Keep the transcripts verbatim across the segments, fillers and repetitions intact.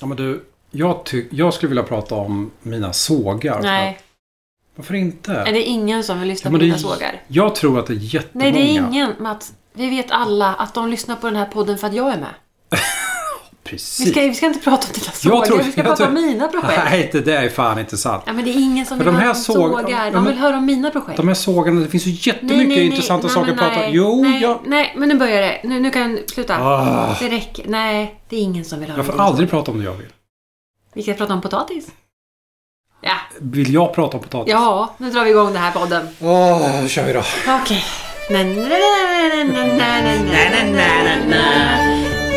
Ja, men du, jag, ty- jag skulle vilja prata om mina sågar. Nej. Varför inte? Är det ingen som vill lyssna ja, på dina det, sågar? Jag tror att det är jättemånga. Nej, det är ingen, Mats. Vi vet alla att de lyssnar på den här podden för att jag är med. Precis. Vi ska, vi ska inte prata om dina sågar, tror, vi ska prata tror, om mina projekt. Nej, det där är fan inte sant. Ja, men det är ingen som för vill de här höra om såg, sågar. De ja, vill höra om mina projekt. De här sågarna, det finns ju jättemycket nej, nej, intressanta nej, saker att prata om. nej, Jo, nej, jag... nej, men nu börjar det. Nu, nu kan sluta. Ah. Det räcker. Nej, det är ingen som vill höra Jag får om aldrig sågar. prata om det jag vill. Vi ska prata om potatis. Ja. Vill jag prata om potatis? Ja, nu drar vi igång den här podden. Åh, oh, kör vi då. Okej. Na, na, na, na, na, na, na, na, na, na.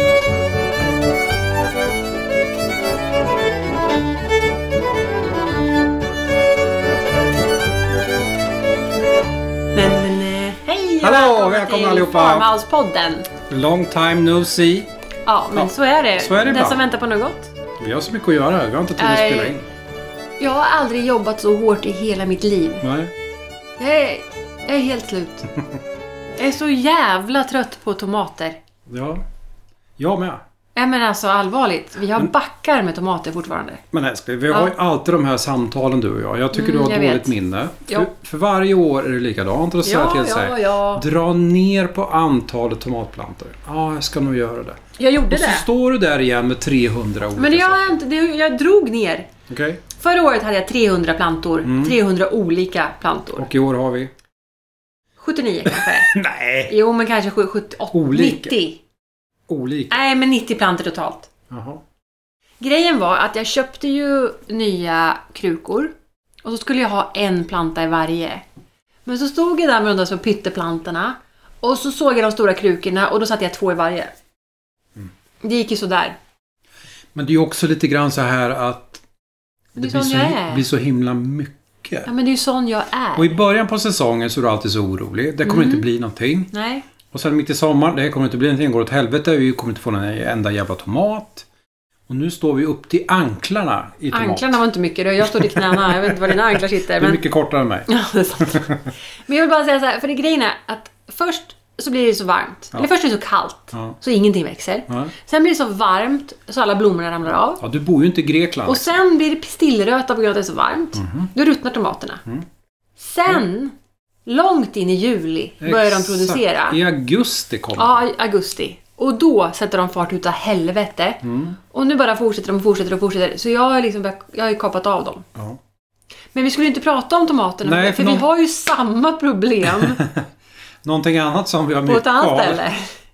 Men, men, hej och Hallå, välkomna välkomna till allihopa. Farmhouse-podden. Long time no see. Ja, men Ja, så är det. så är det Den ibland. som väntar på något. Vi har så mycket att göra. Vi har inte tid att Nej. spela in. Jag har aldrig jobbat så hårt i hela mitt liv. Nej. Jag är, jag är helt slut. Jag är så jävla trött på tomater. Ja. Jag med. Ja, men alltså allvarligt. Vi har Men- backar med tomater fortfarande. Men älskling, vi har Ja. ju alltid de här samtalen du och jag. Jag tycker Mm, du har jag dåligt vet. minne. Ja. För, för varje år är det likadant. Och då säger jag Ja, till så här, ja, ja. dra ner på antalet tomatplantor. Ja, jag ska nog göra det. Jag gjorde Och så det. står du där igen med trehundra olika Men det saker. jag, inte, det, jag drog ner. Okej. Förra året hade jag trehundra plantor. Mm. trehundra olika plantor. Och i år har vi? sjuttionio kanske. Nej! Jo, men kanske sjuttioåtta. Olika. nittio. Olika. Nej, men nittio plantor totalt. Jaha. Grejen var att jag köpte ju nya krukor. Och så skulle jag ha en planta i varje. Men så stod jag där med de där små pytteplantorna. Och så såg jag de stora krukorna och då satte jag två i varje. Mm. Det gick ju så där. Men det är ju också lite grann så här att Det det är blir sån så, jag är. blir så himla mycket. Ja, men det är ju sån jag är. Och i början på säsongen så är du alltid så orolig. Det kommer Mm. inte bli någonting. Nej. Och sen mitt i sommaren, det kommer inte bli någonting. Går åt helvete. Vi kommer inte få en enda jävla tomat. Och nu står vi upp till anklarna i tomat. Anklarna var inte mycket. Jag stod i knäna. Jag vet inte var dina anklar sitter. Du är Men... mycket kortare än mig. Ja, det är sant. Men jag vill bara säga så här. För det grejen är att först så blir det så varmt. Ja. Eller först är det så kallt. Ja. Så ingenting växer. Ja. Sen blir det så varmt så alla blommorna ramlar av. Ja, du bor ju inte i Grekland. Och sen blir det pistillröta på grund av att det är så varmt. Mhm. Då ruttnar tomaterna. Mm. Sen, långt in i juli, börjar de Exakt. producera. I augusti kommer Ja, i augusti. Och då sätter de fart utav helvete. Mm. Och nu bara fortsätter de och fortsätter och fortsätter. Så jag har liksom börjat- jag har ju kapat av dem. Ja. Men vi skulle inte prata om tomaterna. Nej, för för vi någon- har ju samma problem Någonting annat som vi har på mycket ett annat av. ställe.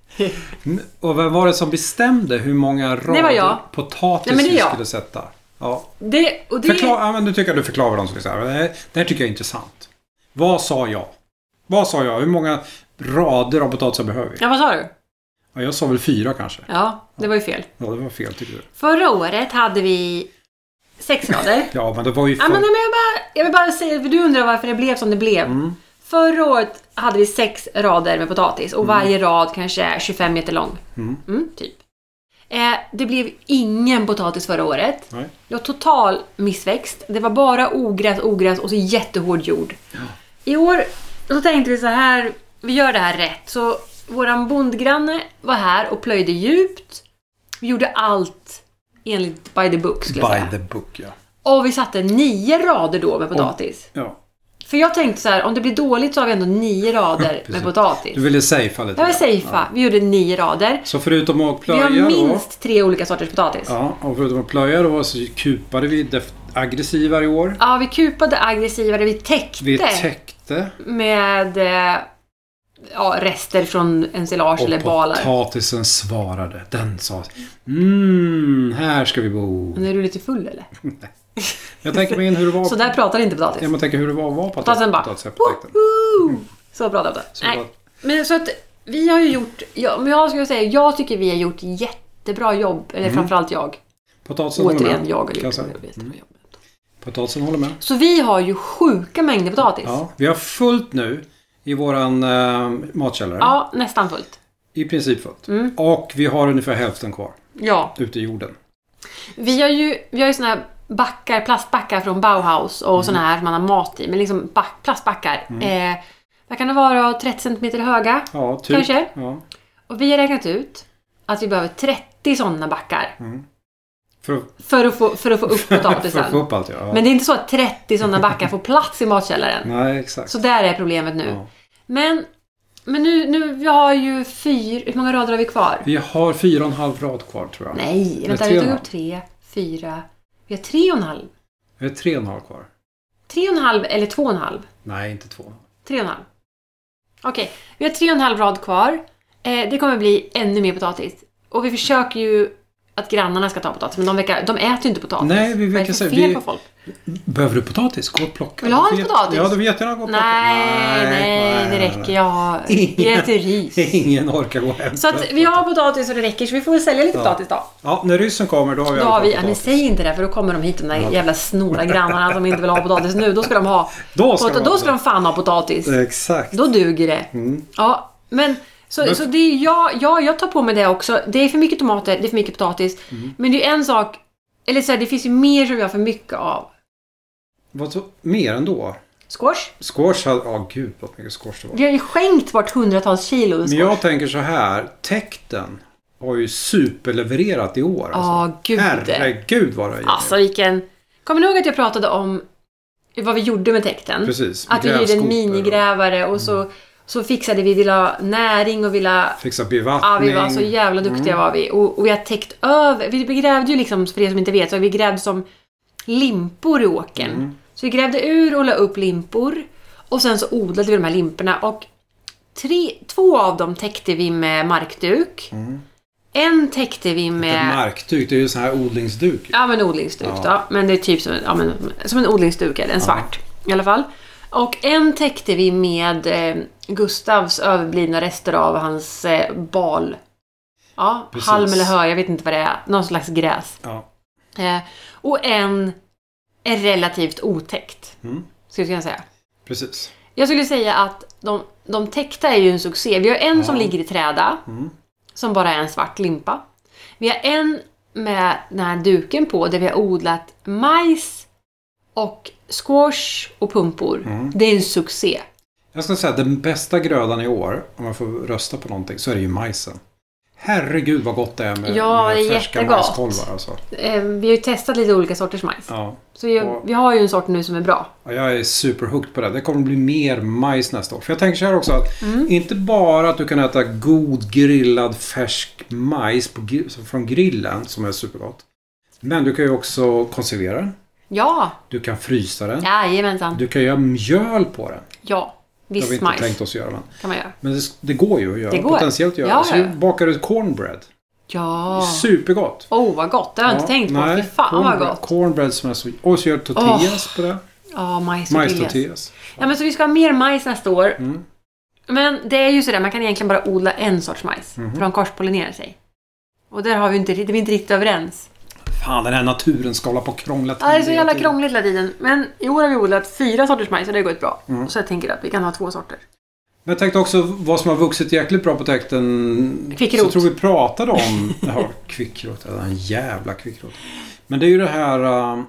Och vem var det som bestämde hur många Det var rader jag. potatis Nej, men det är vi jag. skulle sätta? Ja. Det, och det, Förklara, ja, men du tycker att du förklarar dem så här. Det här, det här tycker jag är intressant. Vad sa jag? Vad sa jag? Hur många rader av potatisar behöver vi? Ja, vad sa du? Ja, jag sa väl fyra kanske. Ja, det var ju fel. Ja, det var fel tycker du. Förra året hade vi sex rader. Ja, men det var ju Ja, för... men, nej, men jag, bara, jag vill bara säga, för du undrar varför det blev som det blev. Mm. Förra året hade vi sex rader med potatis och varje rad kanske är tjugofem meter lång. Mm. Mm, typ. Eh, det blev ingen potatis förra året. Nej. Det var total missväxt. Det var bara ogräs, ogräs och så jättehård jord. Ja. I år så tänkte vi så här, vi gör det här rätt. Så våran bondgranne var här och plöjde djupt. Vi gjorde allt enligt by the book skulle jag By säga. the book, ja. Och vi satte nio rader då med potatis. ja. För jag tänkte så här, om det blir dåligt så har vi ändå nio rader med Precis. potatis. Du ville safea lite. Jag vill grann. safea. Vi gjorde nio rader. Så förutom att Vi plöja har minst då... tre olika sorters potatis. Ja. Ja, och förutom att plöja då så kupade vi def- aggressivare i år. vi kupade aggressivare. Vi täckte Vi täckte. med eh, ja, rester från ensilage eller Och balar. potatisen svarade. Den sa mm, här ska vi bo. Men är du lite full eller? Jag tänker mig in hur det var. Så där pratar inte potatis. Ja, men tänker hur det var att vara Potatisen bara, potatis. potatis. Woho! Så pratar potatis. Så Nej. bara- Men så att vi har ju gjort, ja, men jag skulle säga, jag tycker vi har gjort jättebra jobb. Eller Mm. framförallt jag. Potatisen håller Återigen, med. jag har kan gjort jag säga. jättebra Mm. jobb. Potatisen håller med. Så vi har ju sjuka mängder potatis. Ja, Ja, vi har fullt nu i våran äh, matkällare. nästan fullt. I princip fullt. Mm. Och vi har ungefär hälften kvar Ja. ute i jorden. Vi har ju, vi har ju såna här backar, plastbackar från Bauhaus och Mm. såna här som man har mat i. Men liksom back, plastbackar. Eh, vad kan det vara? trettio centimeter höga? Ja, typ. Kanske. Ja. Och vi har räknat ut att vi behöver trettio sådana backar. Mm. För att, för att, få, för att få upp potatisen. för att få upp allt, ja. Men det är inte så att trettio sådana backar får plats i matkällaren. Nej, exakt. Så där är problemet nu. Ja. Men, men nu, nu, vi har ju fyra... Hur många rader har vi kvar? Vi har fyra och en halv rad kvar, tror jag. Nej, vänta, vi tog upp tre, fyra... Vi har tre och en halv. Vi har tre och en halv kvar. Tre och en halv eller två och en halv? Nej, inte två. Tre och en halv. Okej, okay, vi har tre och en halv rad kvar. Eh, det kommer bli ännu mer potatis. Och vi försöker ju att grannarna ska ta potatis. Men de, verkar, de äter ju inte potatis. Nej, vi verkar säga. fel Vi... på folk. Behöver du potatis? Gå och plocka. Vill du ha en en potatis? Ja, du vill jättegärna gå och plocka. Nej, nej, nej det räcker. Jag äter ris. Ingen orkar gå hem. Så att vi har potatis och det räcker. Så vi får väl sälja lite ja. potatis då. Ja, när ryssen kommer då har vi Då har vi, ja, potatis. men säg inte det för då kommer de hit de där ja. jävla snora grannarna som inte vill ha potatis nu. Då ska de ha Då ska, pot- de, då ska de fan ha potatis. Exakt. Då duger det. Mm. Ja, men så, men... så det är jag, ja, jag tar på mig det också. Det är för mycket tomater, det är för mycket potatis. Mm. Men det är en sak, eller så här, det finns ju mer som vi har för mycket av. Vad så, mer ändå? Squash? Squash, ja oh, gud vad mycket squash det var. Vi har ju skänkt bort hundratals kilo squash. Men jag tänker så här, täkten har ju superlevererat i år. Alltså. Ja, gud. Herregud vad det är. Alltså vilken... Kommer ni ihåg att jag pratade om vad vi gjorde med täkten? Precis. Att vi gjorde en minigrävare och, och så, mm. så fixade vi, ville ha näring och ville fixa bevattning. Ja, vi var så jävla duktiga mm. var vi. Och, och vi har täckt över, vi grävde ju liksom, för er som inte vet, så vi grävde som limpor i åkern. Mm. Så vi grävde ur och la upp limpor. Och sen så odlade vi de här limporna. Och tre, två av dem täckte vi med markduk. Mm. En täckte vi med... Markduk, det är ju sån här odlingsduk. Ja, men odlingsduk ja. då. Men det är typ som, ja, men, som en odlingsduk, eller en svart ja. i alla fall. Och en täckte vi med eh, Gustavs överblivna rester av hans eh, bal. Ja, precis. Halm eller hö, jag vet inte vad det är. Någon slags gräs. Ja. Eh, och en är relativt otäckt. Mm. Skulle jag kunna säga. Precis. Jag skulle säga att de, de täckta är ju en succé. Vi har en ja. som ligger i träda. Mm. Som bara är en svart limpa. Vi har en med den här duken på där vi har odlat majs och squash och pumpor. Mm. Det är en succé. Jag ska säga att den bästa grödan i år, om man får rösta på någonting, så är det ju majsen. Herregud vad gott det är med, ja, med det är färska jättegott. majskolvar. Alltså. Eh, vi har ju testat lite olika sorters majs. Ja. Så vi, och, vi har ju en sort nu som är bra. Ja, jag är superhooked på det. Det kommer bli mer majs nästa år. För jag tänker så här också att mm. inte bara att du kan äta god grillad färsk majs på, från grillen som är supergott. Men du kan ju också konservera den. Ja. Du kan frysa den. Jajamensan. Du kan göra mjöl på den. Ja. Det har vi inte majs. tänkt oss göra. Men, kan man göra. men det, det går ju att göra. Det går. Potentiellt att göra. Ja, så ja. bakar du cornbread. Ja. Supergott. Åh, oh, vad gott. Det har jag ja, inte tänkt på. Nej, Fy fan vad gott. Cornbread som är så... Och så gör tortillas oh. på det. Ja, oh, majs och tortillas. Ja, men så vi ska ha mer majs nästa år. Mm. Men det är ju sådär, man kan egentligen bara odla en sorts majs. Mm. För de korspollinerar sig. Och där har vi inte, det är vi inte riktigt överens. Fan, den här naturen ska hålla på krångla till. Ja, det är så jävla krångligt hela tiden. Men i år har vi odlat fyra sorters majs och det har gått bra. Mm. Så jag tänker att vi kan ha två sorter. Men jag tänkte också vad som har vuxit jäkligt bra på täkten. Kvickrot. Så tror vi pratade om... ja, kvickrot. Det är en jävla kvickrot. Men det är ju det här... Uh,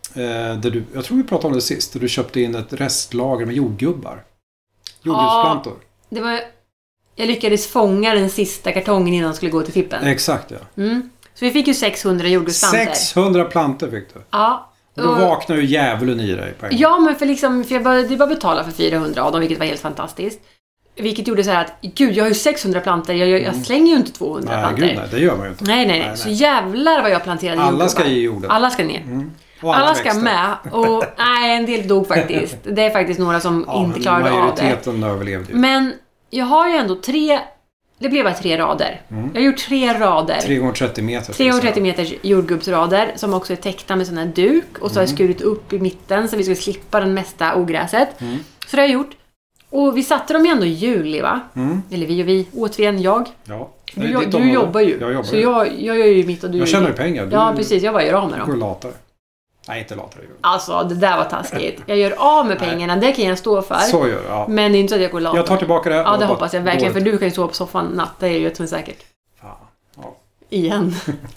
där du, jag tror vi pratade om det sist. Där du köpte in ett restlager med jordgubbar. Jordgubbsplantor. Ja, det var... Jag lyckades fånga den sista kartongen innan de skulle gå till tippen. Exakt, ja. Mm. Så vi fick ju sexhundra jordgubbsplantor. sexhundra plantor fick du. Ja. Och då vaknade ju djävulen i dig på en. Ja, men för liksom, för jag började, det var betala för fyrahundra av dem, vilket var helt fantastiskt. Vilket gjorde så här att, gud, jag har ju sexhundra plantor, jag, jag, jag slänger ju inte tvåhundra nej, plantor. Gud, nej, det gör man ju inte. Nej, nej, nej. nej så jävlar vad jag planterade alla jordgubbar. Ska i jorden. Alla ska ner. Mm. Alla, alla ska med. Och nej, en del dog faktiskt. Det är faktiskt några som ja, inte klarade av det. Majoriteten överlevde ju. Men jag har ju ändå tre... Det blev bara tre rader. Mm. Jag har gjort tre rader. tre gånger trettio meter. tre gånger trettio meters jordgubbsrader som också är täckta med sån här duk. Och så har jag skurit upp i mitten så vi ska slippa den mesta ogräset. Mm. Så det har jag gjort. Och vi satte dem ju ändå i juli, va? Mm. Eller vi och vi. Återigen jag. Ja. Du, jag, du jobbar ju. Jag jobbar så jag, jag gör ju mitt och du jag tjänar ju pengar. Du, ja, precis. Jag bara gör av med dem. Du går latare. Nej, inte latare. Alltså, det där var taskigt. Jag gör av med pengarna. Det kan jag stå för. Så gör jag. Ja. Men det är inte så att jag går latare. Jag tar tillbaka det. Ja, det hoppas jag verkligen. För du kan ju sova på soffan natt. Det är ju ett säkert. Fan. Ja. Igen.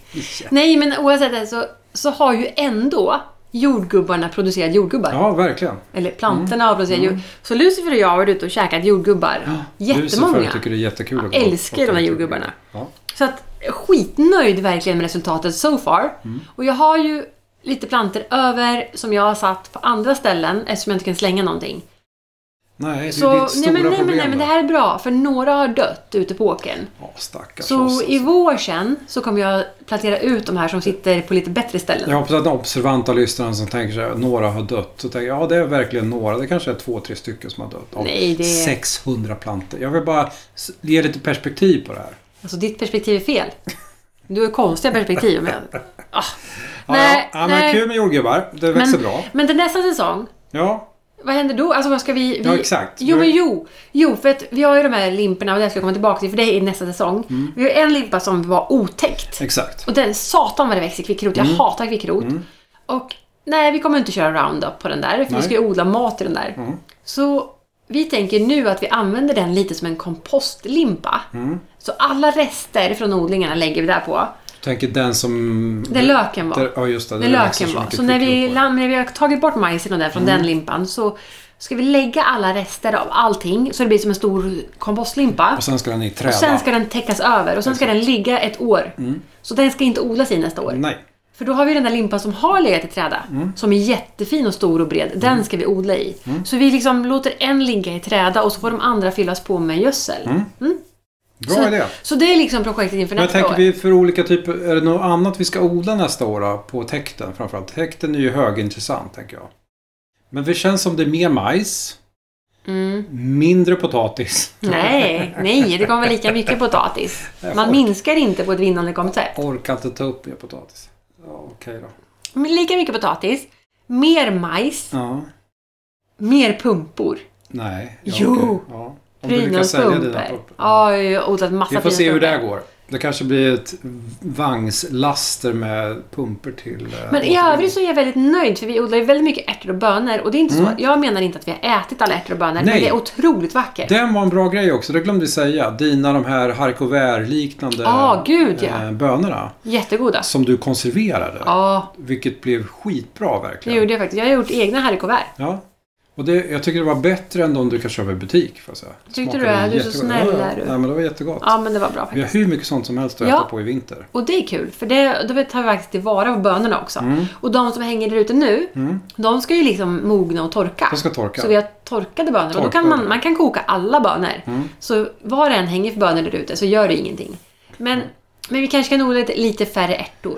Nej, men oavsett det så, så har ju ändå jordgubbarna producerat jordgubbar. Ja, verkligen. Eller plantorna mm. har producerat mm. jordgubbar. Så Lucifer och jag har varit ute och käkat jordgubbar. Ja. Jättemånga. Lucifer tycker det är jättekul. Jag älskar de här jordgubbarna. Ja. Så att skitnöjd verkligen med resultatet so far. Mm. Och jag har ju lite planter över som jag har satt på andra ställen eftersom jag inte kan slänga någonting. Nej, det är Så, ditt stora nej, men, nej, problem. men, nej, men det här är bra, för några har dött ute på åkern. Ja, stackars Så oss. i vår sen så kommer jag plantera ut de här som sitter på lite bättre ställen. Jag hoppas att den observanta lyssnaren som tänker sig att några har dött. Så tänker jag, ja det är verkligen några. Det kanske är två, tre stycken som har dött. Av Nej, det är... sexhundra plantor. Jag vill bara ge lite perspektiv på det här. Alltså ditt perspektiv är fel. Du har konstiga perspektiv. Men... Ah. Ja, Nej, ja, men nej. kul med jordgubbar. Det växer men, bra. Men till nästa säsong, Ja. vad händer då? Alltså vad ska vi... vi... Ja, exakt. Jo, men jo. Jo, för att vi har ju de här limporna och det ska jag komma tillbaka till för det är nästa säsong. Mm. Vi har en limpa som var otäckt. Exakt. Och den satan vad det växer kvickrot. Jag Mm. hatar kvickrot. Mm. Och nej, vi kommer inte köra Roundup på den där. För Nej. vi ska ju odla mat i den där. Mm. Så vi tänker nu att vi använder den lite som en kompostlimpa. Mm. Så alla rester från odlingarna lägger vi där på. Tänker den som... Där löken var. Där, ja, just det. Där löken var. Så när vi, när vi har tagit bort majsen och där från Mm. den limpan så ska vi lägga alla rester av allting så det blir som en stor kompostlimpa. Och sen ska den i träda. Och sen ska den täckas över och sen ska den ligga ett år. Mm. Så den ska inte odlas i nästa år. Nej. För då har vi den där limpan som har legat i träda. Mm. Som är jättefin och stor och bred. Den ska vi odla i. Mm. Så vi liksom låter en ligga i träda och så får de andra fyllas på med gödsel. Mm. Mm. Bra Så, idé. så det är liksom projektet inför Men nästa tänker år. vi för olika typer... Är det något annat vi ska odla nästa år då, på täkten framförallt? Täkten är ju högintressant, tänker jag. Men det känns som det är mer majs. Mm. Mindre potatis. Nej, nej, det kommer vara lika mycket potatis. Man minskar inte på ett vinnande koncept. Jag orkar inte ta upp mer potatis. Ja, okej då. Men lika mycket potatis, mer majs, Ja. mer pumpor. Nej. Ja, Jo. okej. Ja. Om du lyckas sälja dina Prydnadspumper. pumpor. Ja, jag har odlat massa Vi får fina se hur det pumpor. går. Det kanske blir ett vagnslaster med pumper till... eh, Men i övrigt så är jag väldigt nöjd för vi odlar ju väldigt mycket ärtor och bönor. Och det är inte Mm. så, jag menar inte att vi har ätit alla ärtor och bönor. Nej. Men det är otroligt vackert. Den var en bra grej också, det glömde vi säga. Dina de här harkovär-liknande Ja, gud, ja. eh, bönorna. Jättegoda. Som du konserverade. Ja, Vilket blev skitbra det verkligen. gjorde jag faktiskt. Jag har gjort egna haricots. Ja. Och det, jag tycker det var bättre än de du kan köpa i butik. Får jag säga. Tyckte Smakade du det? Du är så jättegott. snäll ja, ja. där, du. Nej, men det var jättegott. Ja, men det var bra Vi har faktiskt. hur mycket sånt som helst att Ja. äta på i vinter. Och det är kul, för det, då tar vi faktiskt tillvara på bönorna också. Mm. Och de som hänger där ute nu, Mm. de ska ju liksom mogna och torka. De ska torka. Så vi har torkade bönor. Och då kan Torkade. man, man kan koka alla bönor. Mm. Så var det än hänger för bönor där ute så gör det ingenting. Men, men vi kanske kan odla lite, lite färre ärtor.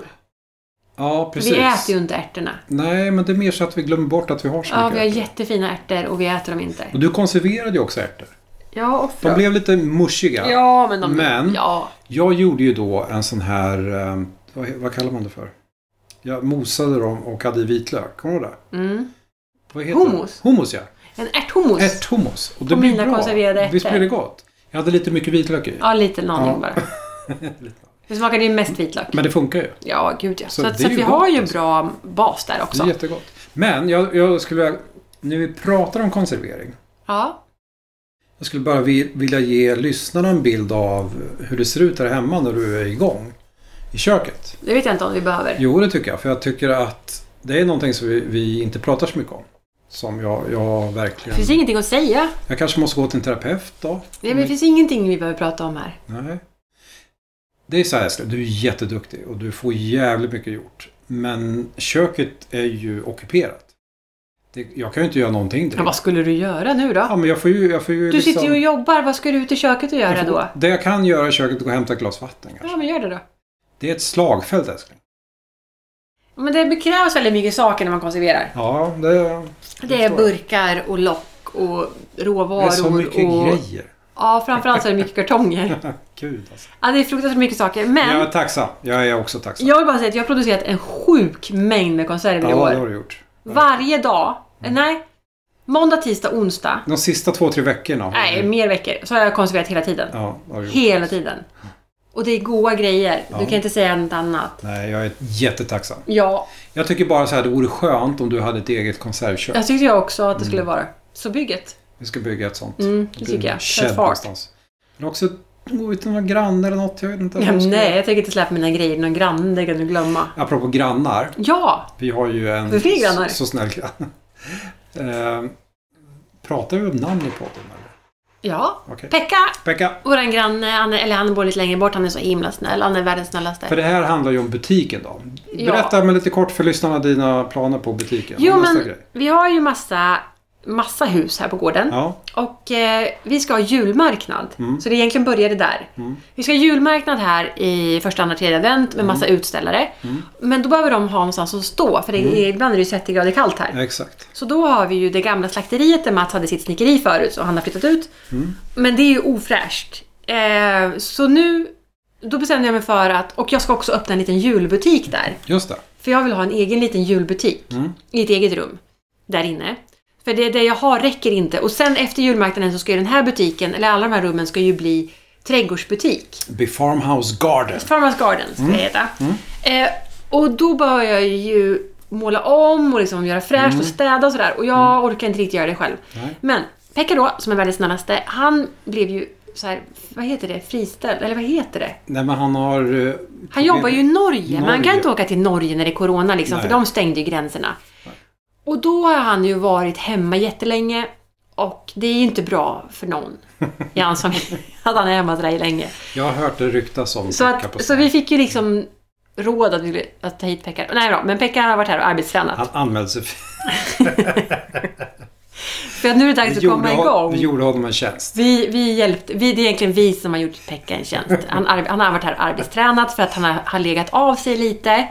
Ja, precis. Vi äter ju inte ärtorna. Nej, men det är mer så att vi glömmer bort att vi har så Ja, mycket vi har ärtor. jättefina ärtor och vi äter dem inte. Och du konserverade ju också ärtor. Ja, och De blev lite mushiga. Ja, men de... Men- Ja. Jag gjorde ju då en sån här... eh, Vad, vad kallar man det för? Jag mosade dem och hade i vitlök. Kommer du ihåg det? Mm. Vad heter Hummus. det? Hummus, ja. En ärthummus. Ärthummus. Och det På blir mina bra. konserverade ärtor. Visst blir det gott? Jag hade lite mycket vitlök i. Ja, lite någonting Ja. bara. Det smakade ju mest vitlök. Men det funkar ju. Ja, gud ja. Så Så, det att, är så att ju vi gott, har ju alltså. bra bas där Det också. är jättegott. Men jag, jag skulle... När vi pratar om konservering. Ja. Jag skulle bara vi- vilja ge lyssnarna en bild av hur det ser ut här hemma när du är igång. I köket. Det vet jag inte om vi behöver. Jo, det tycker jag. För jag tycker att det är någonting som vi, vi inte pratar så mycket om. Som jag, jag Det verkligen... finns ingenting att säga. Jag kanske måste gå till en terapeut då. Det, det finns ingenting vi behöver prata om här. Nej. Det är så här, Eskil. Du är jätteduktig och du får jävligt mycket gjort. Men köket är ju ockuperat. Det, jag kan ju inte göra någonting direkt. Men vad skulle du göra nu då? Ja, men jag får ju... Jag får ju Du liksom, sitter ju och jobbar. Vad ska du ut i köket och jag göra får, då? Det jag kan göra i köket är att gå och hämta ett glas vatten kanske. Ja, men gör det då. Det är ett slagfält, älskling. Men det krävs väldigt mycket saker när man konserverar. Ja, det... Det är burkar och lock och råvaror. Det är så mycket och... grejer. Ja, framförallt så är det mycket kartonger. Gud alltså. Ja, det är fruktansvärt mycket saker. Men Jag är tacksam. Jag är också tacksam. jag vill bara säga att jag har producerat en sjuk mängd med konserver i Ja, år. det har du gjort. Varje dag. Nej. Måndag, tisdag, onsdag. De sista två, tre veckorna. har Nej, du- mer veckor. Så har jag konserverat hela tiden. Ja, det har du gjort. Hela tiden. Och det är goda grejer. Ja. Du kan inte säga något annat. Nej, jag är jättetacksam. Ja, Jag tycker bara så här, det vore skönt om du hade ett eget konservkök. jag tyckte jag också att det skulle vara. Så bygget. Vi ska bygga ett sånt. Mm, det blir tycker jag. en Sätt shed fart. någonstans. Men också gå ut till några grannar eller något. Jag vet inte. Ja, nej, jag tänker inte släppa mina grejer. Någon granne, det kan du glömma. Apropå grannar. Ja, Vi har ju en Har vi fler grannar? så, så snäll grann. eh, pratar vi om namn i podden eller? Ja, Okay. Pekka, Pekka. våran granne, han är, eller han bor lite längre bort, han är så himla snäll, han är världens snällaste. För det här handlar ju om butiken då. Berätta Ja. med lite kort för lyssnarna dina planer på butiken. Jo, men grej. Vi har ju massa, massa hus här på gården. Ja. Och eh, vi ska ha julmarknad. Mm. Så det egentligen började där. Mm. Vi ska ha julmarknad här i första, andra, tredje advent med massa mm. utställare. Mm. Men då behöver de ha någonstans att stå. För det är, mm. ibland är det ju trettio grader kallt här. Exakt. Så då har vi ju det gamla slakteriet där Mats hade sitt snickeri förut. Och han har flyttat ut. Mm. Men det är ju ofräscht. Eh, så nu, då bestämde jag mig för att... Och jag ska också öppna en liten julbutik där. Just det. För jag vill ha en egen liten julbutik. Mm. I ett eget rum. Där inne. För det, det jag har räcker inte. Och sen efter julmarknaden så ska ju den här butiken, eller alla de här rummen, ska ju bli trädgårdsbutik. Be Farmhouse Garden. Farmhouse Garden ska mm. det heta. Mm. Eh, och då börjar jag ju måla om och liksom göra fräscht mm. och städa och sådär. Och jag mm. orkar inte riktigt göra det själv. Nej. Men Pekka då, som är väldigt snällaste, han blev ju så här, vad heter det? Friställd? Eller vad heter det? Nej, men han har... Uh, han jobbar ju i Norge. Man kan inte åka till Norge när det är corona liksom, Nej. för de stängde ju gränserna. Nej. Och då har han ju varit hemma jättelänge. Och det är ju inte bra för någon i hans familj att han är hemma så där länge. Jag har hört det ryktas om så Pekka att, så vi fick ju liksom råd att, vi, att ta hit Pekka. Nej då, men Pekka har varit här och arbetstränat. Han anmälde sig. För att nu är det dags att komma igång. Vi gjorde honom en tjänst. Vi, vi hjälpte, vi, det är egentligen vi som har gjort Pekka en tjänst. Han, han har varit här och arbetstränat för att han har, har legat av sig lite.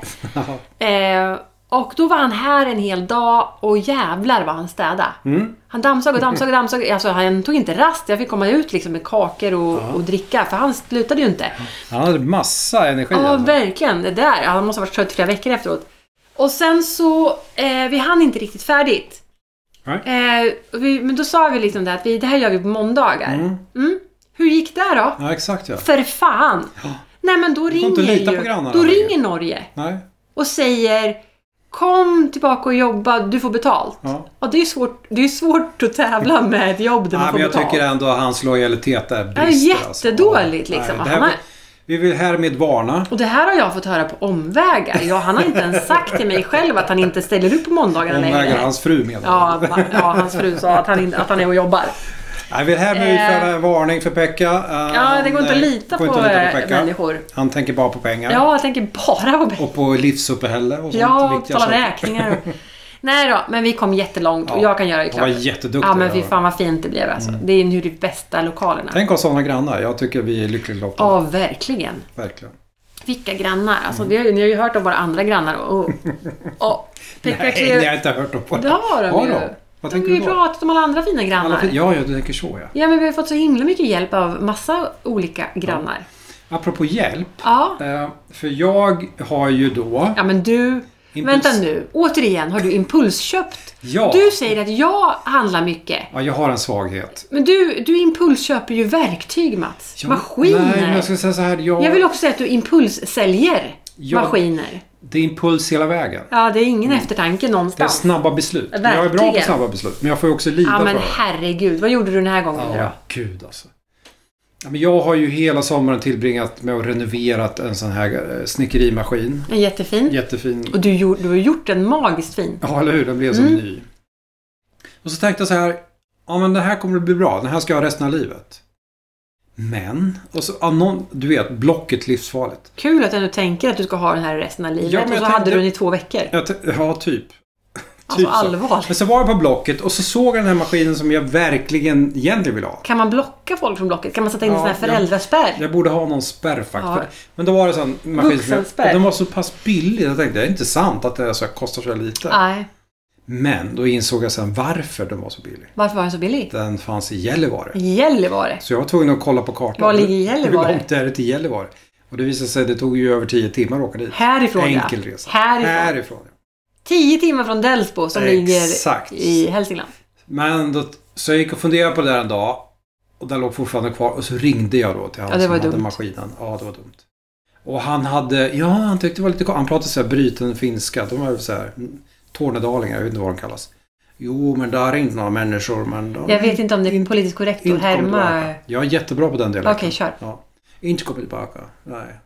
eh, och då var han här en hel dag och jävlar vad han städade. Mm. Han dammsög och dammsög och dammsög. Alltså, han tog inte rast. Jag fick komma ut liksom med kakor och, och dricka. För han slutade ju inte. Han hade massa energi. Ja, alltså. verkligen. Det där. Han måste ha varit trött flera veckor efteråt. Och sen så, eh, vi hann inte riktigt färdigt. Eh, vi, men då sa vi liksom det att vi, det här gör vi på måndagar. Mm. Mm. Hur gick det då? Ja, exakt ja. För fan. Ja. Nej, men då ringer ju, grannarna, då ringer Norge. Nej. Och säger, kom tillbaka och jobba, du får betalt. Ja. Och det är svårt, det är svårt att tävla med ett jobb där man ja, får men jag betalt. tycker ändå att hans lojalitet är brister. Ja, jättedåligt alltså. Liksom. Nej, det här, vi vill härmed varna. Och det här har jag fått höra på omvägar. Ja, han har inte ens sagt till mig själv att han inte ställer upp på måndagarna längre. Omvägar hans fru menar ja, ja, hans fru sa att han, att han är och jobbar. Jag vill härmed utfärda en varning för Pekka. Uh, ja, det går inte att lita, på, inte att lita på Pekka. Människor. Han tänker bara på pengar. Ja, han tänker bara på pengar. Och på livsuppehälle. Och ja, och tala räkningar. Nej då, men vi kom jättelångt och ja, jag kan göra det klart. Det var jätteduktigt. Ja, men fy fan vad fint det blev alltså. Mm. Det är nu de bästa lokalerna. Tänk oss sådana grannar. Jag tycker vi är lyckligt lottade. Ja, verkligen. Verkligen. Vilka grannar? Alltså, mm. det, ni har ju hört om våra andra grannar. Och, och, Nej, klev... jag har inte hört om på det. Det har de har ju. De? Vad de har ju pratat om alla andra fina grannar. Alla fin... Ja, jag tänker så, ja. Ja, men vi har fått så himla mycket hjälp av massa olika grannar. Ja. Apropå hjälp. Ja. Eh, för jag har ju då... Ja, men du... Impuls... Vänta nu. Återigen, har du impulsköpt? Ja. Du säger att jag handlar mycket. Ja, jag har en svaghet. Men du, du impulsköper ju verktyg, Mats. Ja, maskiner. Nej, men jag ska säga så här. Jag, jag vill också säga att du impulssäljer ja, maskiner. Det är impuls hela vägen. Ja, det är ingen mm. eftertanke någonstans. Det är snabba beslut. Verkligen. Jag är bra på snabba beslut. Men jag får ju också lida ja, men för det. herregud. Vad gjorde du den här gången ja, då? Gud alltså. Ja, men jag har ju hela sommaren tillbringat med att renovera en sån här snickerimaskin. En jättefin. Jättefin. Och du, gjorde, du har gjort den magiskt fin. Ja, eller hur? Den blev som mm. ny. Och så tänkte jag så här. Ja, men det här kommer att bli bra. Den här ska jag ha resten av livet. Men, och så, ja, någon, du vet, blocket livsfarligt. Kul att du tänker att du ska ha den här resten av livet. Ja, och så tänkte, hade du den i två veckor. Ja, ja typ. Alltså typ allvarligt. Men så var jag på blocket och så såg jag den här maskinen som jag verkligen egentligen vill ha. Kan man blocka folk från blocket? Kan man sätta in ja, en sån här föräldraspärr? Jag, jag borde ha någon spärr faktiskt. Ja. Men då var det sån maskin som jag, den var så pass billig. Jag tänkte, det är inte sant att det så kostar så lite. Nej. Men då insåg jag sen varför den var så billig. Varför var den så billig? Den fanns i Gällivare. Gällivare? Så jag var tvungen att kolla på kartan. Var ligger Gällivare? Hur långt är det till Gällivare? Och det visade sig att det tog ju över tio timmar att åka dit. Härifrån, Enkel ja. resa. Härifrån. Härifrån, ja. Tio timmar från Delsbo som Exakt. ligger i Hälsingland. Men då, så jag gick och funderade på det där en dag. Och den låg fortfarande kvar. Och så ringde jag då till han ja, som hade dumt. maskinen. Ja, det var dumt. Och han hade, ja han tyckte det var lite, han pratade så här bryten finska. De var så här, tornedalingar, jag vet inte vad de kallas. Jo, men där är inte några människor. Men de, jag vet inte om det är in, politiskt korrekt att härma. Jag är jättebra på den delen. Okej, okay, kör. Ja. Inte kommer tillbaka, nej.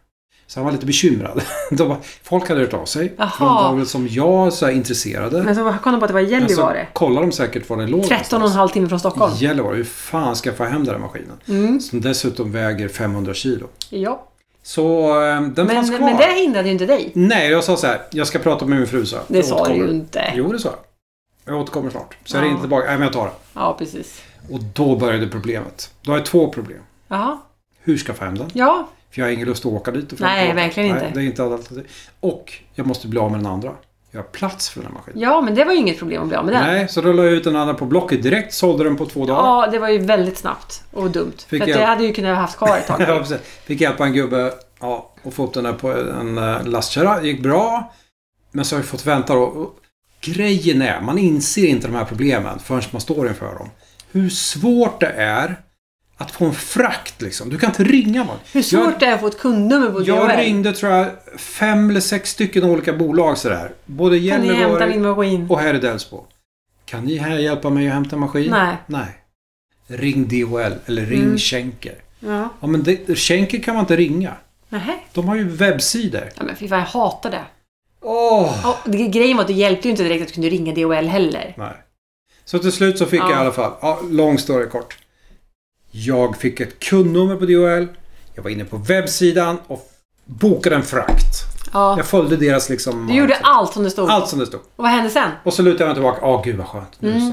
Så han var lite bekymrad. De var, folk hade hört av sig. Jaha. De var väl som jag så här intresserade. Men så kom de på att det var Gällivare. Så kollade de säkert var den låg. tretton och en halv timme från Stockholm. Gällivare, hur fan ska jag få hem den här maskinen? Mm. Som dessutom väger femhundra kilo. Ja. Så den men, fanns kvar. Men det hindrade ju inte dig. Nej, jag sa så här. Jag ska prata med min fru så. Det sa du ju inte. Jo, det sa jag. Jag återkommer snart. Så ja. jag ringde tillbaka. Nej, men jag tar det. Ja, precis. Och då började problemet. Då har jag två problem. Jaha. Hur ska jag få hem den? Ja. För jag har ingen lust att åka dit och Nej, åka. verkligen Nej, inte. det är inte alternativ. Och jag måste bli av med den andra. Jag har plats för den här maskinen. Ja, men det var ju inget problem att bli av med den. Nej, så då la jag ut den andra på Blocket direkt. Sålde den på två dagar. Ja, det var ju väldigt snabbt och dumt. Fick för att jag... det hade ju kunnat ha haft kvar ett tag. Ja, precis. Fick hjälpa en gubbe ja, och få upp den där på en uh, lastkärra. Det gick bra. Men så har jag fått vänta då. Och grejen är, man inser inte de här problemen förrän man står inför dem. Hur svårt det är att få en frakt liksom. Du kan inte ringa någon. Hur svårt jag, det är att få ett kundnummer på D H L. Jag ringde tror jag fem eller sex stycken olika bolag sådär. Både Kan ni hämta min maskin? och här i Delsbo. Kan ni här hjälpa mig att hämta maskin? Nej. Nej. Ring D H L eller ring Mm. Schenker. Ja. Ja men det, Schenker kan man inte ringa. Nej. De har ju webbsidor. Ja men fy fan, jag hatar det. Åh! Och det, grejen var att det hjälpte ju inte direkt att du kunde ringa D H L heller. Nej. Så till slut så fick Ja. jag i alla fall, ja, lång story kort. Jag fick ett kundnummer på D H L. Jag var inne på webbsidan och bokade en frakt. Ja. Jag följde deras liksom... Du gjorde allt som det stod. Allt som det stod. Och vad hände sen? Och så lutade jag mig tillbaka. Åh gud vad skönt. Nu Mm. så.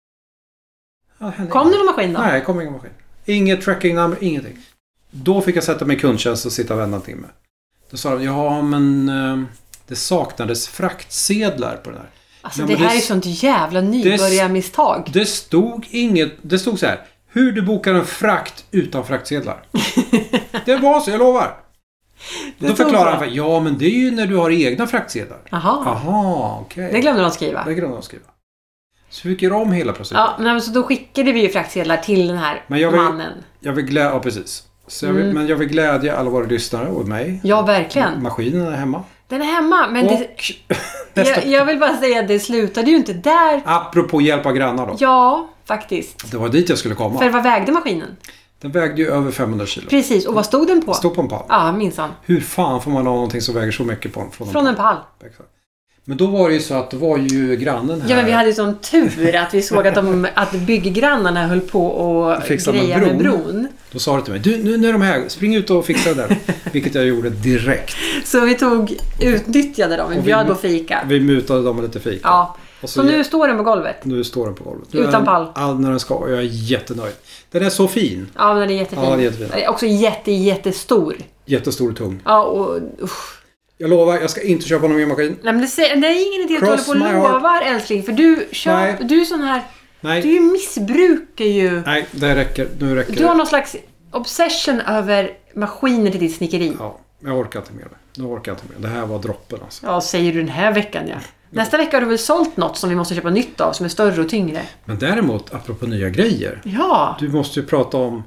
Ja, hände Kom inget. det någon maskin då? Nej, kom ingen maskin. Inget tracking-nummer, ingenting. Då fick jag sätta mig i kundtjänst och sitta och vända en timme. Då sa de, ja men eh, det saknades fraktsedlar på den här. Alltså Ja, det men här det- är ju sånt jävla nybörjarmisstag. Det stod inget, det stod så här. Hur du bokar en frakt utan fraktsedlar. Det var så, jag lovar. Det Då stod förklarar han, så. för, ja men det är ju när du har egna fraktsedlar. Jaha. Aha, okej. Det glömde de skriva. Det glömde de skriva. Så fick jag om hela proceduren. Ja, men så då skickade vi ju fraktsedlar till den här Men jag vill- mannen. Jag vill glädja, ja precis. Så jag vill, Mm. Men jag vill glädja alla våra lyssnare och mig. Ja, verkligen. Maskinen är hemma. Den är hemma, men Och det, nästa, jag, jag vill bara säga att det slutade ju inte där. apropå hjälpa grannar då. Ja, faktiskt. Det var dit jag skulle komma. För vad vägde maskinen? Den vägde ju över femhundra kilo. Precis, och vad stod den på? Stod på en pall. Ja, minsann. Hur fan får man ha någonting som väger så mycket på, från en Från en pall. Exakt. Men då var det ju så att det var ju grannen här. Ja, men vi hade ju sån tur att vi såg att, de, att bygggrannarna höll på och Fixa med greja med bron. bron. Då sa du till mig, du nu, nu är de här, spring ut och fixa det där. Vilket jag gjorde direkt. Så vi tog, utnyttjade dem. Vi Och vi- bjöd på fika. Vi mutade dem med lite fika. Ja, Och så nu står den på golvet. nu står den på golvet. Utan Nu är den pall. All när den ska och jag är jättenöjd. Den är så fin. Ja, men den är jättefin. Ja, den är jättefin. Den är också jätte, jättestor. Jättestor och tung. Ja, och usch. Jag lovar, jag ska inte köpa någon mer maskin. Nej, men det, säger- det är ingen idé att du Cross håller på och my heart. lovar, älskling. För du, köp, Nej. du är sån här... Nej, Du missbrukar ju... nej, det räcker. Nu räcker Du har det. någon slags obsession över maskiner till ditt snickeri. Ja, Ja, jag orkar inte mer. Nu orkar jag inte mer. Det här var droppen alltså. säger du den här veckan, ja. Nästa vecka har du väl sålt något som vi måste köpa nytt av, som är större och tyngre. Men däremot, apropå nya grejer. Ja. Du måste ju prata om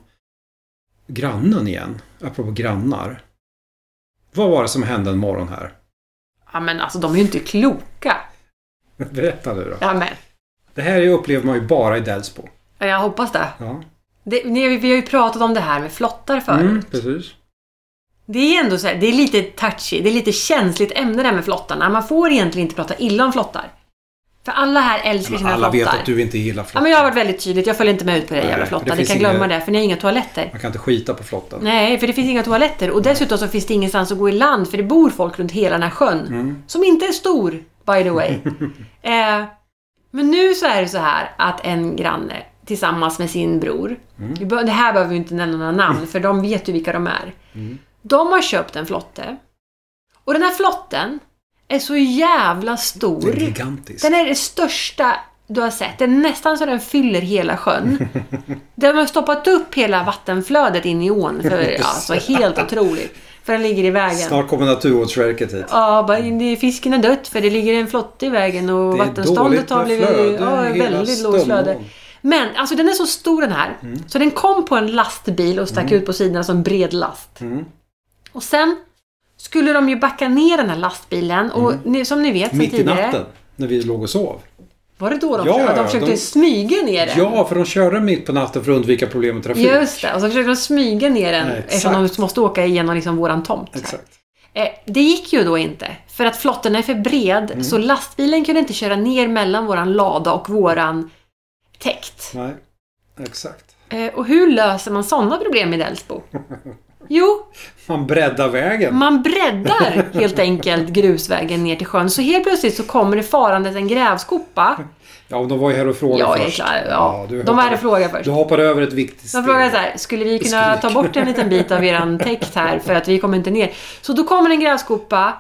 grannen igen. Apropå grannar. Vad var det som hände en morgon här? Ja, men alltså de är ju inte kloka. Berätta nu då. Ja, men. Det här upplever man ju bara i Delsbo. Ja, jag hoppas det. Ja, det ni, vi har ju pratat om det här med flottar förut. mm, precis. Det är ändå så här, det är lite touchy, det är lite känsligt ämne där med flottarna. Man får egentligen inte prata illa om flottar. För alla här älskar Men sina alla flottar. vet att du inte gillar flottar. Ja, men jag har varit väldigt tydligt. Jag följer inte med ut på det Nej, jävla för flottar. det Ni finns kan glömma inga- det, för ni har inga toaletter. Man kan inte skita på flotten. Nej, för det finns inga toaletter. Och dessutom så finns det ingenstans att gå i land, för det bor folk runt hela den här sjön. Mm. Som inte är stor, by the way. eh, men nu så är det så här att en granne tillsammans med sin bror. Mm. Vi bör- Det här behöver vi inte nämna några namn, för de vet ju vilka de är. Mm. De har köpt en flotte. Och den här flotten är så jävla Det stor. är gigantiskt. Den är det största du har sett. Den är nästan så den fyller hela sjön. Den har stoppat upp hela vattenflödet in i ån. För, alltså, helt otroligt. För den ligger i vägen. Snart kommer Naturvårdsverket hit. Ja, bara, det- fisken är dött för det ligger en flotte i vägen. Och Det är vattenståndet dåligt har med blivit flöde ja, i hela väldigt lågt flöde. Stålmån. Men alltså den är så stor den här. Mm. Så den kom på en lastbil och stack ut på sidorna som bred last. Mm. Och sen skulle de ju backa ner den här lastbilen. Och ni, som ni vet sen Mitt i tidigare. natten, när vi låg och sov. Var det då de, Ja, försökte, ja, de försökte de- smyga ner den? Ja, för de körde mitt på natten för att undvika problem med trafik. Just det, och så försökte de smyga ner den Nej, eftersom exakt. de måste åka igenom liksom våran tomt. så här. Exakt. Eh, det gick ju då inte. För att flotten är för bred. Mm. Så lastbilen kunde inte köra ner mellan våran lada och våran täkt. Nej, exakt. Eh, och hur löser man sådana problem i Delsbo? Jo. Man breddar vägen. Man breddar helt enkelt grusvägen ner till sjön. Så helt plötsligt så kommer det farandes en grävskopa. Ja, de var ju här och frågade ja, först. Klar, ja, ja de var här och frågade först. Du hoppade över ett viktigt steg. De frågade så här, skulle vi kunna Skrik. ta bort en liten bit av eran täkt här för att vi kommer inte ner. Så då kommer en grävskopa,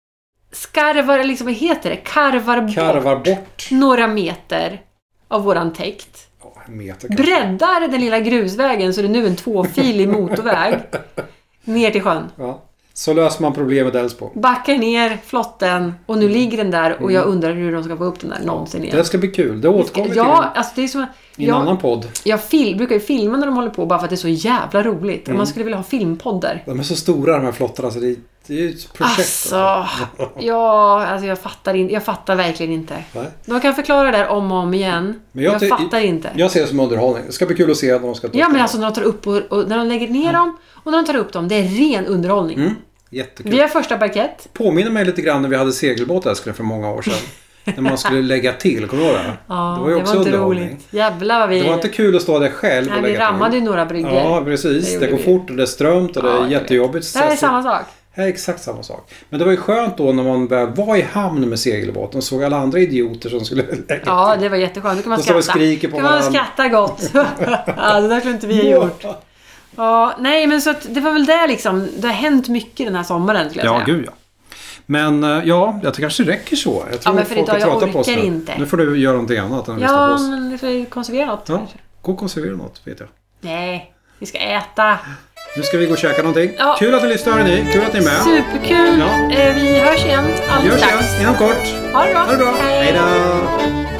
skarvar, liksom vad heter det? Karvar bort, Karvar bort. några meter av våran täkt. Ja, en meter kanske. Breddar den lilla grusvägen så det är nu en tvåfilig motorväg ner till sjön. Ja. Så löser man problemet Delsbo. Backar ner flotten och nu ligger den där och jag undrar hur de ska få upp den där någonsin igen. Det ska bli kul. Det återkommer till ja, alltså det är som, i en jag, annan podd. Jag fil, brukar ju filma när de håller på bara för att det är så jävla roligt. Mm. Man skulle vilja ha filmpoddar. De är så stora de här flottarna så det, det är ju ett projekt. Alltså, ja, alltså jag fattar, in, jag fattar verkligen inte. Nej. De kan förklara det där om och om igen. Men jag, jag fattar inte. Jag ser det som underhållning. Det ska bli kul att se när de ska ta Ja, men alltså när de tar upp och, och när de lägger ner mm. dem och när de tar upp dem, det är ren underhållning. Mm. Jättekul. Vi har första parkett. Påminner mig lite grann när vi hade segelbåt älskling för många år sedan. När man skulle lägga till, kommer du ihåg det? Ja, det var ju det också var inte roligt. Jävlar vad vi... Det var inte kul att stå där själv. Nej, och lägga vi rammade till. ju några bryggor. Ja, precis. Det, det går vi. fort och det är strömt och det ja, är jättejobbigt. Det här är samma sak. Det är exakt samma sak. Men det var ju skönt då när man väl var i hamn med segelbåten och såg alla andra idioter som skulle lägga Ja, till. det var jätteskönt. Då kan man och skratta. skriker på kan man skratta gott. Ja, det där skulle inte vi ha gjort. Ja, nej men så att det var väl det liksom. Det har hänt mycket den här sommaren skulle jag ja, säga. Ja, gud ja. Men ja, jag tycker kanske det räcker så. Jag tror ja, men för folk idag, jag orkar på oss nu. inte. Nu får du göra någonting annat än ja, på oss. men du får konservera något. Ja, gå och konservera något, vet jag. Nej, vi ska äta. Nu ska vi gå och käka någonting. Ja. Kul att ni lyssnar, ni. Kul att ni är med. Superkul. Ja. Vi hörs igen alldeles strax. Vi hörs igen inom kort. Ha det bra. Ha det bra. Hej då.